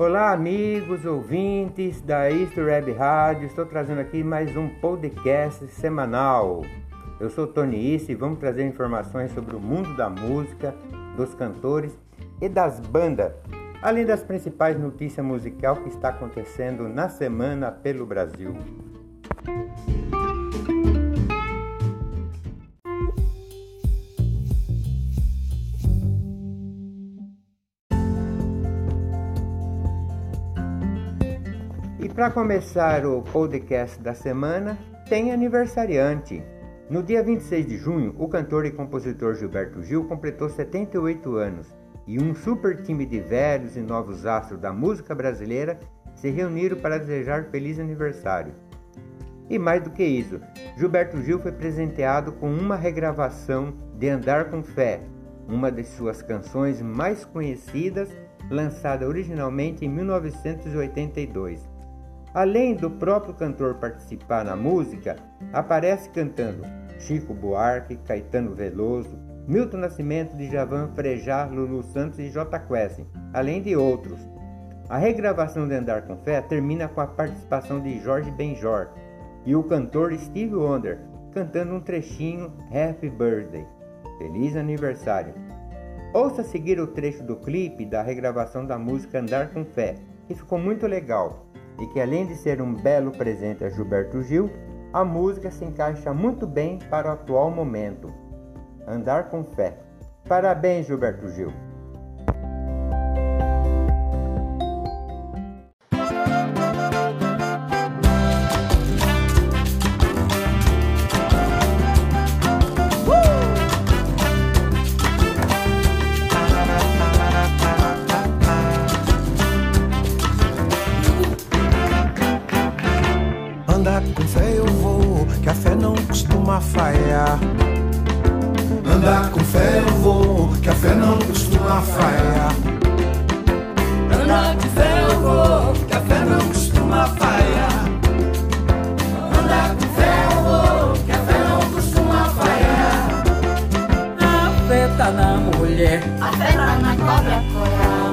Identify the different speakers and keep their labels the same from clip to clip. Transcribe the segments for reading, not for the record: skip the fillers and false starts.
Speaker 1: Olá amigos, ouvintes da Isto Web Rádio, estou trazendo aqui mais um podcast semanal. Eu sou Tony Issa e vamos trazer informações sobre o mundo da música, dos cantores e das bandas, além das principais notícias musicais que está acontecendo na semana pelo Brasil. E para começar o podcast da semana, tem aniversariante. No dia 26 de junho, o cantor e compositor Gilberto Gil completou 78 anos e um super time de velhos e novos astros da música brasileira se reuniram para desejar feliz aniversário. E mais do que isso, Gilberto Gil foi presenteado com uma regravação de Andar com Fé, uma de suas canções mais conhecidas, lançada originalmente em 1982. Além do próprio cantor participar na música, aparece cantando Chico Buarque, Caetano Veloso, Milton Nascimento, Djavan, Frejá, Lulu Santos e Jota Quest, além de outros. A regravação de Andar com Fé termina com a participação de Jorge Benjor e o cantor Stevie Wonder cantando um trechinho Happy Birthday, Feliz Aniversário. Ouça a seguir o trecho do clipe da regravação da música Andar com Fé, que ficou muito legal. E que além de ser um belo presente a Gilberto Gil, a música se encaixa muito bem para o atual momento. Andar com Fé. Parabéns, Gilberto Gil!
Speaker 2: Andar com fé eu vou, que a fé não costuma falhar. Andar com fé eu vou, que a fé não costuma falhar.
Speaker 3: Andar com fé eu vou, que a fé não costuma falhar. Andar com fé eu vou, que a fé não costuma falhar. A fé tá na mulher, a fé tá na cobra coral.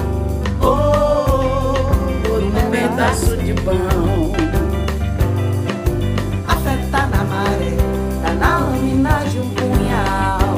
Speaker 3: Oh, por um pedaço de pão. Tá na maré, tá na lâmina de um punhal.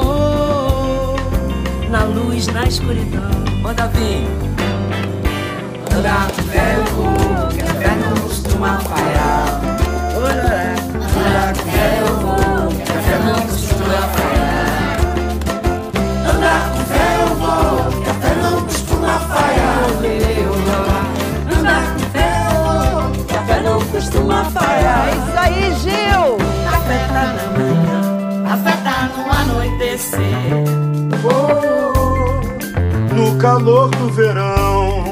Speaker 3: Oh, na luz, na escuridão. Manda vir. Andar com fé eu vou, que a fé não costuma falhar. Andar com fé eu vou, que a fé não costuma falhar. Andar com fé eu vou, que a fé não costuma falhar. Andar com fé eu vou, que a fé não costuma falhar.
Speaker 4: É isso aí, Gil!
Speaker 3: A fé tá na manhã, a fé tá no anoitecer. Oh,
Speaker 2: No calor do verão,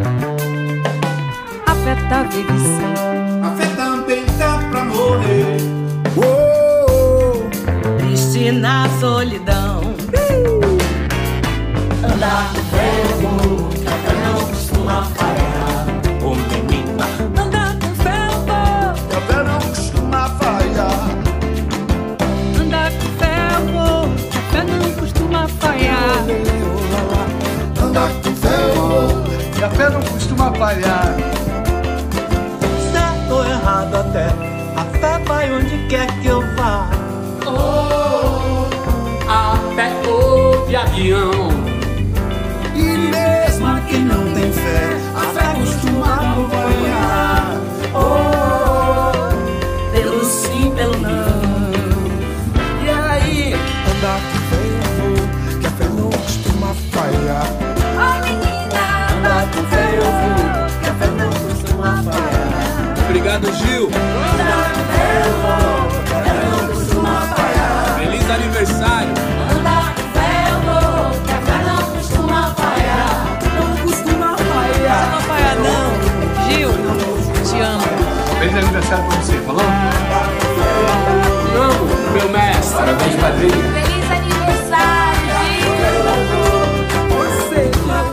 Speaker 4: A fé tá viva e sim.
Speaker 2: a fé também tá pra morrer.
Speaker 3: triste na solidão. Andar com fé eu vou, que a fé não costuma falhar.
Speaker 2: Ô menina,
Speaker 3: Andar com fé eu vou,
Speaker 2: que a fé não costuma falhar.
Speaker 3: andar com fé eu vou, que a fé não costuma falhar.
Speaker 2: Andar com fé eu vou, que a fé não costuma falhar.
Speaker 5: Certo ou errado até, a fé vai onde quer que eu vá.
Speaker 3: Oh, a fé ouve avião.
Speaker 5: E mesmo a quem não tem fé, a fé costuma acompanhar.
Speaker 3: Oh, pelo sim, pelo não. E aí?
Speaker 2: Andar com fé eu vou, que a fé não costuma falhar.
Speaker 3: Oh, menina, andar com fé eu vou, que a fé não costuma falhar.
Speaker 6: Obrigado, Gil.
Speaker 3: Andar com fé eu vou, que a fé não costuma falhar.
Speaker 6: Feliz aniversário.
Speaker 3: Andar com fé eu vou, que a fé não costuma falhar.
Speaker 5: Não costuma falhar.
Speaker 4: Não apaga não. Gil, te amo.
Speaker 6: Feliz aniversário pra você, falou? Não, meu mestre. Parabéns, padrinho.
Speaker 3: Feliz aniversário,
Speaker 5: Você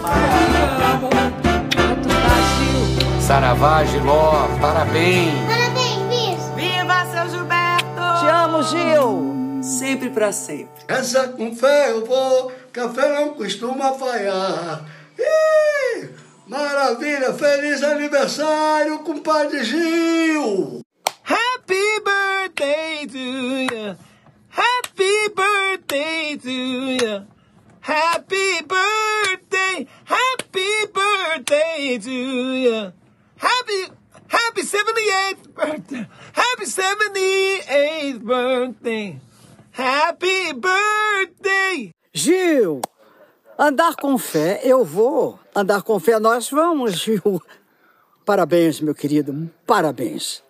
Speaker 4: Quanto tá, Gil?
Speaker 6: Saravá, Giló, parabéns.
Speaker 3: Viva seu Gilberto!
Speaker 4: Te amo, Gil!
Speaker 5: sempre pra sempre.
Speaker 2: Essa com fé eu vou, que a fé não costuma falhar. Ih,
Speaker 5: Maravilha! Feliz aniversário, compadre Gil!
Speaker 7: Happy birthday to you. Happy birthday to you. Happy birthday to you. Happy 78th birthday. Happy 78th birthday. Happy birthday.
Speaker 8: Gil, andar com fé eu vou. Andar com fé nós vamos, Gil. Parabéns, meu querido. Parabéns.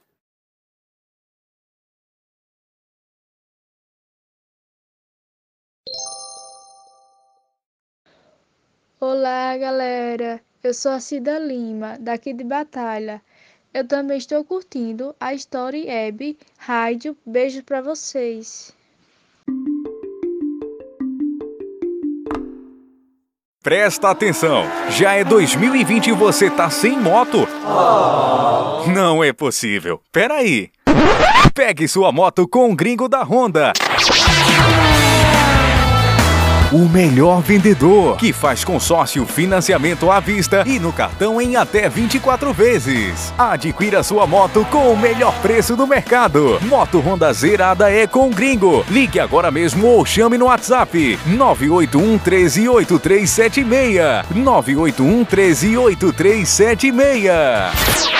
Speaker 9: Olá, galera. Eu sou a Cida Lima, daqui de Batalha. Eu também estou curtindo a Story Web Rádio. Beijo pra vocês.
Speaker 10: Presta atenção, já é 2020 e você tá sem moto? Não é possível. Peraí. Pegue sua moto com o Gringo da Honda. O melhor vendedor, que faz consórcio, financiamento à vista e no cartão em até 24 vezes. Adquira sua moto com o melhor preço do mercado. Moto Honda zerada é com o Gringo. Ligue agora mesmo ou chame no WhatsApp 981 13 8376. 981 13 8376.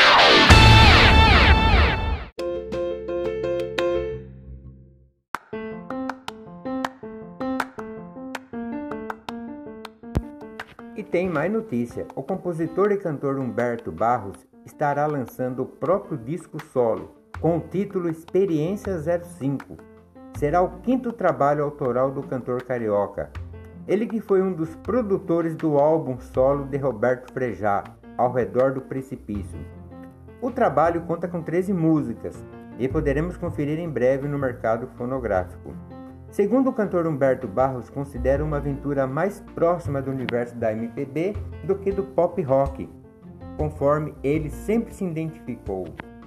Speaker 1: E tem mais notícia. O compositor e cantor Humberto Barros estará lançando o próprio disco solo, com o título Experiência 05. Será o 5º trabalho autoral do cantor carioca. Ele que foi um dos produtores do álbum solo de Roberto Frejá, Ao Redor do Precipício. O trabalho conta com 13 músicas e poderemos conferir em breve no mercado fonográfico. Segundo o cantor Humberto Barros, considera uma aventura mais próxima do universo da MPB do que do pop rock, conforme ele sempre se identificou.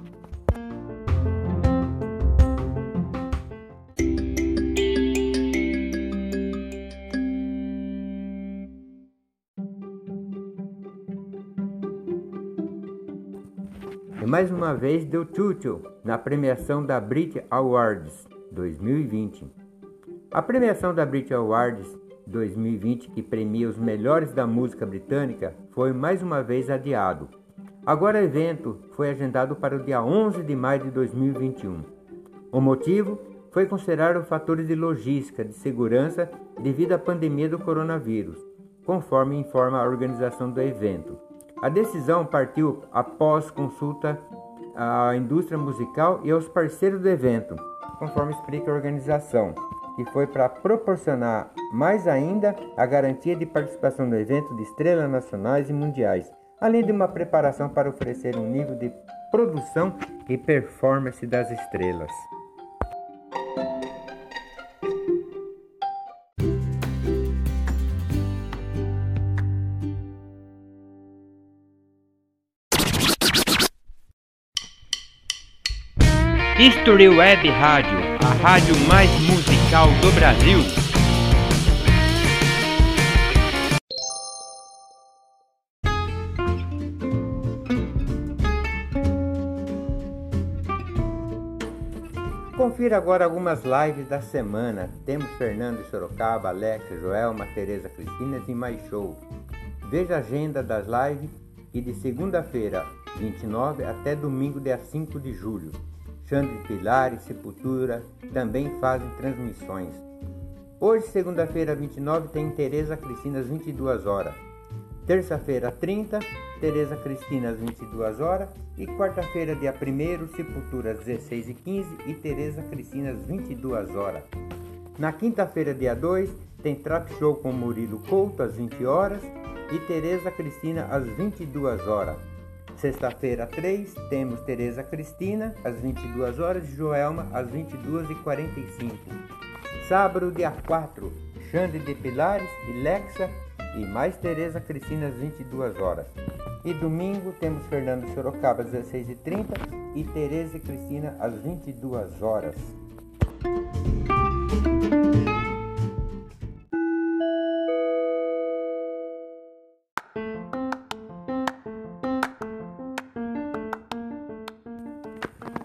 Speaker 1: E mais uma vez deu tchutchu na premiação da Brit Awards 2020. A premiação da Brit Awards 2020, que premia os melhores da música britânica, foi mais uma vez adiado. Agora o evento foi agendado para o dia 11 de maio de 2021. O motivo foi considerar fatores de logística de segurança devido à pandemia do coronavírus, conforme informa a organização do evento. A decisão partiu após consulta à indústria musical e aos parceiros do evento, conforme explica a organização, que foi para proporcionar mais ainda a garantia de participação no evento de estrelas nacionais e mundiais, além de uma preparação para oferecer um nível de produção e performance das estrelas. History Web Rádio, a rádio mais musical do Brasil. Confira agora algumas lives da semana. Temos Fernando Sorocaba, Alex, Joelma, Tereza Cristina e mais show. Veja a agenda das lives e de segunda-feira 29 até domingo dia 5 de julho. Xande de Pilar e Sepultura também fazem transmissões. Hoje, segunda-feira 29, tem Tereza Cristina às 22 horas. Terça-feira 30, Tereza Cristina às 22 horas. E quarta-feira, dia 1º, Sepultura às 16h15 e Tereza Cristina às 22 horas. Na quinta-feira, dia 2, tem Trap Show com Murilo Couto às 20 horas e Tereza Cristina às 22 horas. Sexta-feira 3, temos Tereza Cristina às 22 horas e Joelma às 22h45. Sábado, dia 4, Xande de Pilares e Lexa e mais Tereza Cristina às 22 horas. E domingo temos Fernando Sorocaba às 16h30 e Tereza Cristina às 22 horas.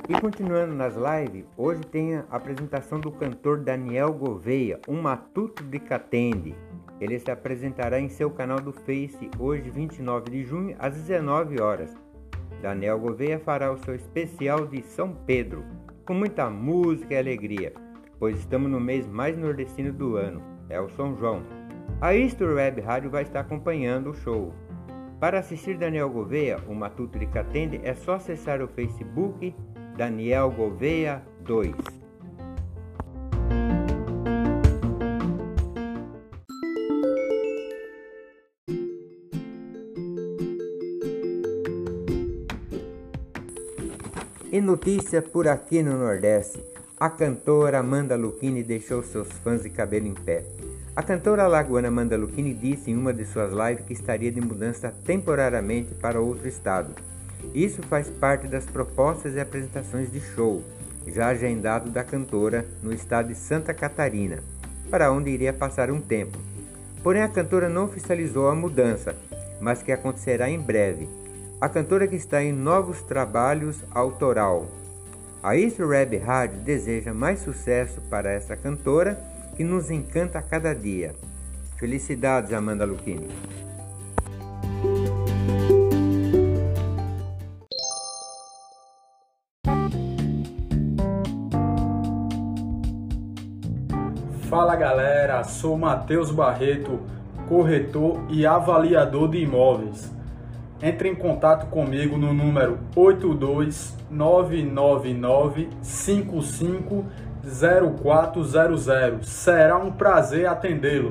Speaker 1: E continuando nas lives, hoje tem a apresentação do cantor Daniel Gouveia, um matuto de Catende. Ele se apresentará em seu canal do Face hoje, 29 de junho, às 19 horas. Daniel Gouveia fará o seu especial de São Pedro, com muita música e alegria, pois estamos no mês mais nordestino do ano, é o São João. A History Web Rádio vai estar acompanhando o show. Para assistir Daniel Gouveia, o matuto de Catende, é só acessar o Facebook Daniel Gouveia 2. E notícia por aqui no Nordeste, a cantora Amanda Lucchini deixou seus fãs de cabelo em pé. A cantora alagoana Amanda Lucchini disse em uma de suas lives que estaria de mudança temporariamente para outro estado. Isso faz parte das propostas e apresentações de show, já agendado da cantora no estado de Santa Catarina, para onde iria passar um tempo. Porém, a cantora não oficializou a mudança, mas que acontecerá em breve. A cantora que está em novos trabalhos autoral. A History Web Rádio deseja mais sucesso para essa cantora que nos encanta a cada dia. Felicidades, Amanda Lucchini.
Speaker 11: Fala galera, sou Matheus Barreto, corretor e avaliador de imóveis. Entre em contato comigo no número 82999550400. Será um prazer atendê-lo.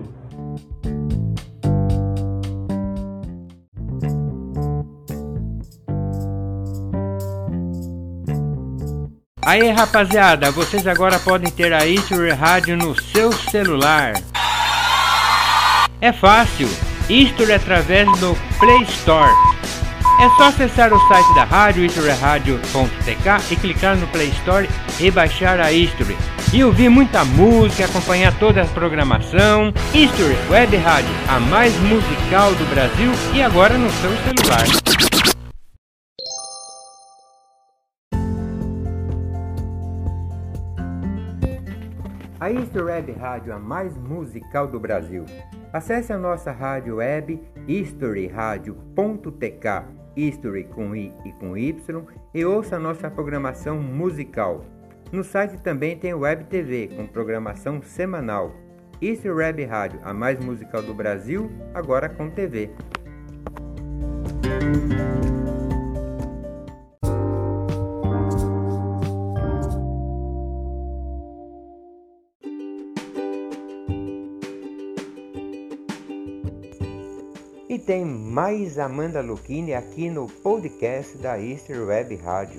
Speaker 1: Aí rapaziada, vocês agora podem ter a History Rádio no seu celular. É fácil, History através do Play Store. É só acessar o site da rádio, historyradio.tk, e clicar no Play Store e baixar a History. E ouvir muita música, acompanhar toda a programação. History Web Rádio, a mais musical do Brasil, e agora no seu celular. A History Web Rádio, a mais musical do Brasil. Acesse a nossa rádio web historyradio.tk, History com I e com Y, e ouça a nossa programação musical. No site também tem Web TV, com programação semanal. History Web Rádio, a mais musical do Brasil, agora com TV. E tem mais Amanda Lucchini aqui no podcast da History Web Rádio.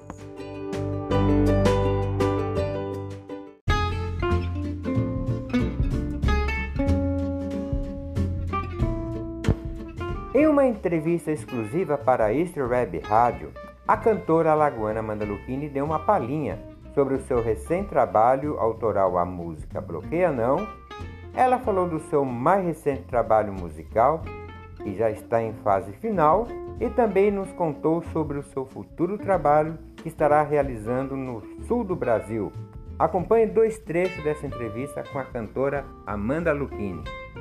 Speaker 1: Em uma entrevista exclusiva para a History Web Rádio, a cantora alagoana Amanda Lucchini deu uma palhinha sobre o seu recém-trabalho autoral, a música Bloqueia Não. Ela falou do seu mais recente trabalho musical, que já está em fase final, e também nos contou sobre o seu futuro trabalho que estará realizando no sul do Brasil. Acompanhe 2 trechos dessa entrevista com a cantora Amanda Lucchini.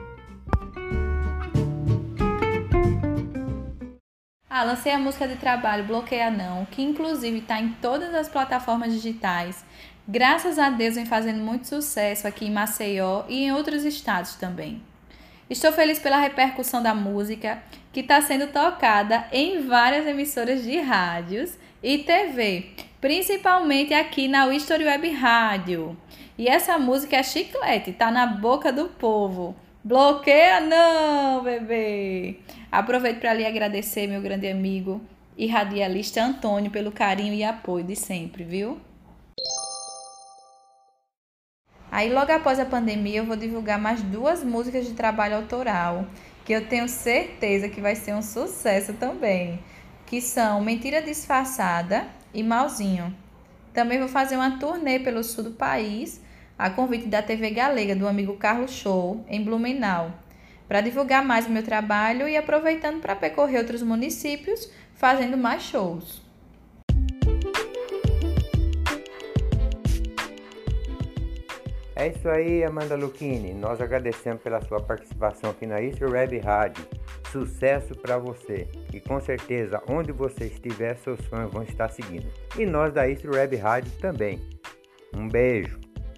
Speaker 12: Lancei a música de trabalho Bloqueia Não, que inclusive está em todas as plataformas digitais. Graças a Deus vem fazendo muito sucesso aqui em Maceió e em outros estados também. Estou feliz pela repercussão da música, que está sendo tocada em várias emissoras de rádios e TV, principalmente aqui na History Web Rádio. E essa música é chiclete, tá na boca do povo. Bloqueia não, bebê! Aproveito para lhe agradecer, meu grande amigo e radialista Antônio, pelo carinho e apoio de sempre, viu? Aí, logo após a pandemia, eu vou divulgar mais 2 músicas de trabalho autoral, que eu tenho certeza que vai ser um sucesso também, que são Mentira Disfarçada e Malzinho. Também vou fazer uma turnê pelo sul do país, a convite da TV Galega, do amigo Carlos Show, em Blumenau, para divulgar mais o meu trabalho e aproveitando para percorrer outros municípios, fazendo mais shows.
Speaker 1: É isso aí, Amanda Lucchini. Nós agradecemos pela sua participação aqui na Easter Web Rádio. Sucesso para você. E com certeza, onde você estiver, seus fãs vão estar seguindo. E nós da Easter Web Rádio também. Um beijo.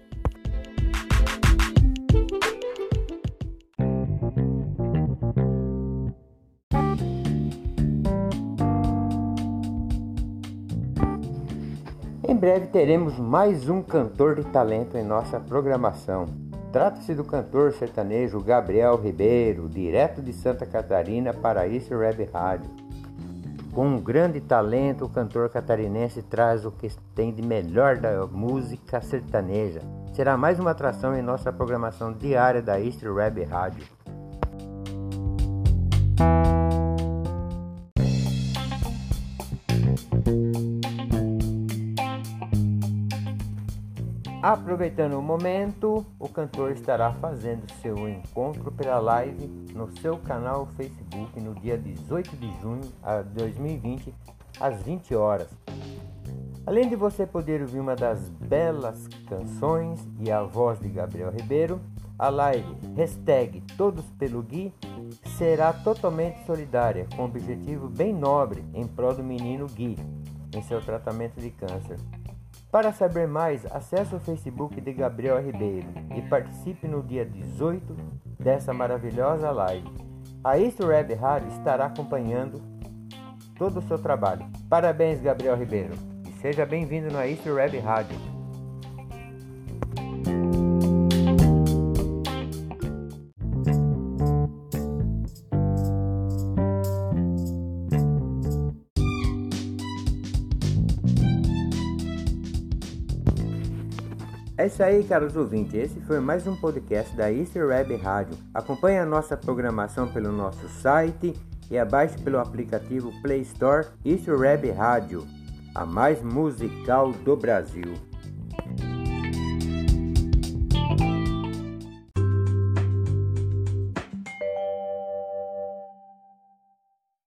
Speaker 1: Em breve teremos mais um cantor de talento em nossa programação. Trata-se do cantor sertanejo Gabriel Ribeiro, direto de Santa Catarina para a Easter Web Rádio. Com um grande talento, o cantor catarinense traz o que tem de melhor da música sertaneja. Será mais uma atração em nossa programação diária da Easter Web Rádio. Aproveitando o momento, o cantor estará fazendo seu encontro pela live no seu canal Facebook no dia 18 de junho de 2020, às 20 horas. Além de você poder ouvir uma das belas canções e a voz de Gabriel Ribeiro, a live #TodosPeloGui será totalmente solidária, com um objetivo bem nobre em prol do menino Gui, em seu tratamento de câncer. Para saber mais, acesse o Facebook de Gabriel Ribeiro e participe no dia 18 dessa maravilhosa live. A Easter Web Rádio estará acompanhando todo o seu trabalho. Parabéns, Gabriel Ribeiro, e seja bem-vindo na Easter Web Rádio. É isso aí, caros ouvintes. Esse foi mais um podcast da Easter Web Rádio. Acompanhe a nossa programação pelo nosso site e abaixe pelo aplicativo Play Store Easter Web Rádio, a mais musical do Brasil.